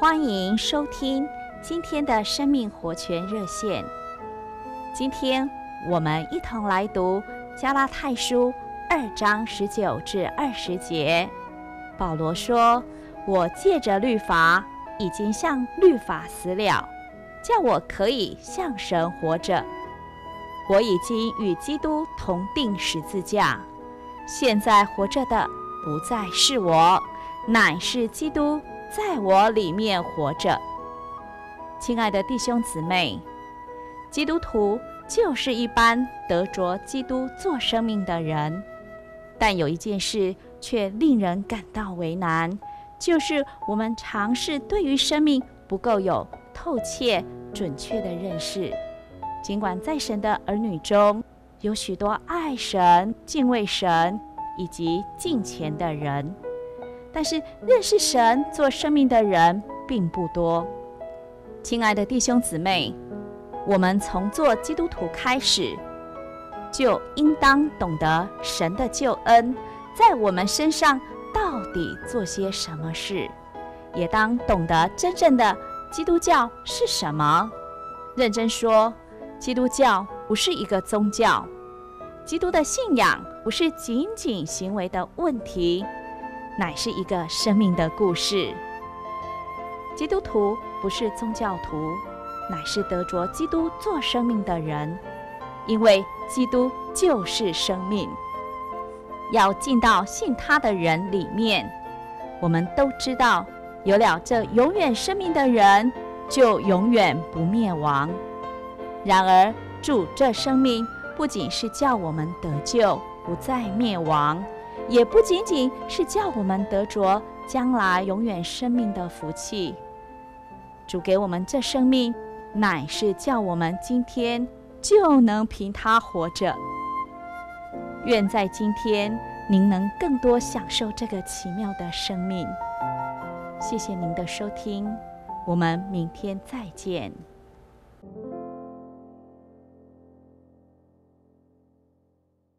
欢迎收听今天的生命活泉热线。今天我们一同来读加拉太书2章19至20节。保罗说：我借着律法已经向律法死了，叫我可以向神活着。我已经与基督同定十字架，现在活着的不再是我，乃是基督在我里面活着。亲爱的弟兄姊妹，基督徒就是一般得着基督做生命的人，但有一件事却令人感到为难，就是我们尝试对于生命不够有透彻准确的认识。尽管在神的儿女中有许多爱神、敬畏神以及敬虔的人，但是认识神做生命的人并不多。亲爱的弟兄姊妹，我们从做基督徒开始，就应当懂得神的救恩在我们身上到底做些什么事，也当懂得真正的基督教是什么。认真说，基督教不是一个宗教，基督的信仰不是仅仅行为的问题，乃是一个生命的故事。基督徒不是宗教徒，乃是得着基督做生命的人，因为基督就是生命。要进到信他的人里面，我们都知道，有了这永远生命的人，就永远不灭亡。然而主这生命不仅是叫我们得救不再灭亡，也不仅仅是叫我们得着将来永远生命的福气。主给我们这生命，乃是叫我们今天就能凭他活着。愿在今天您能更多享受这个奇妙的生命。谢谢您的收听，我们明天再见。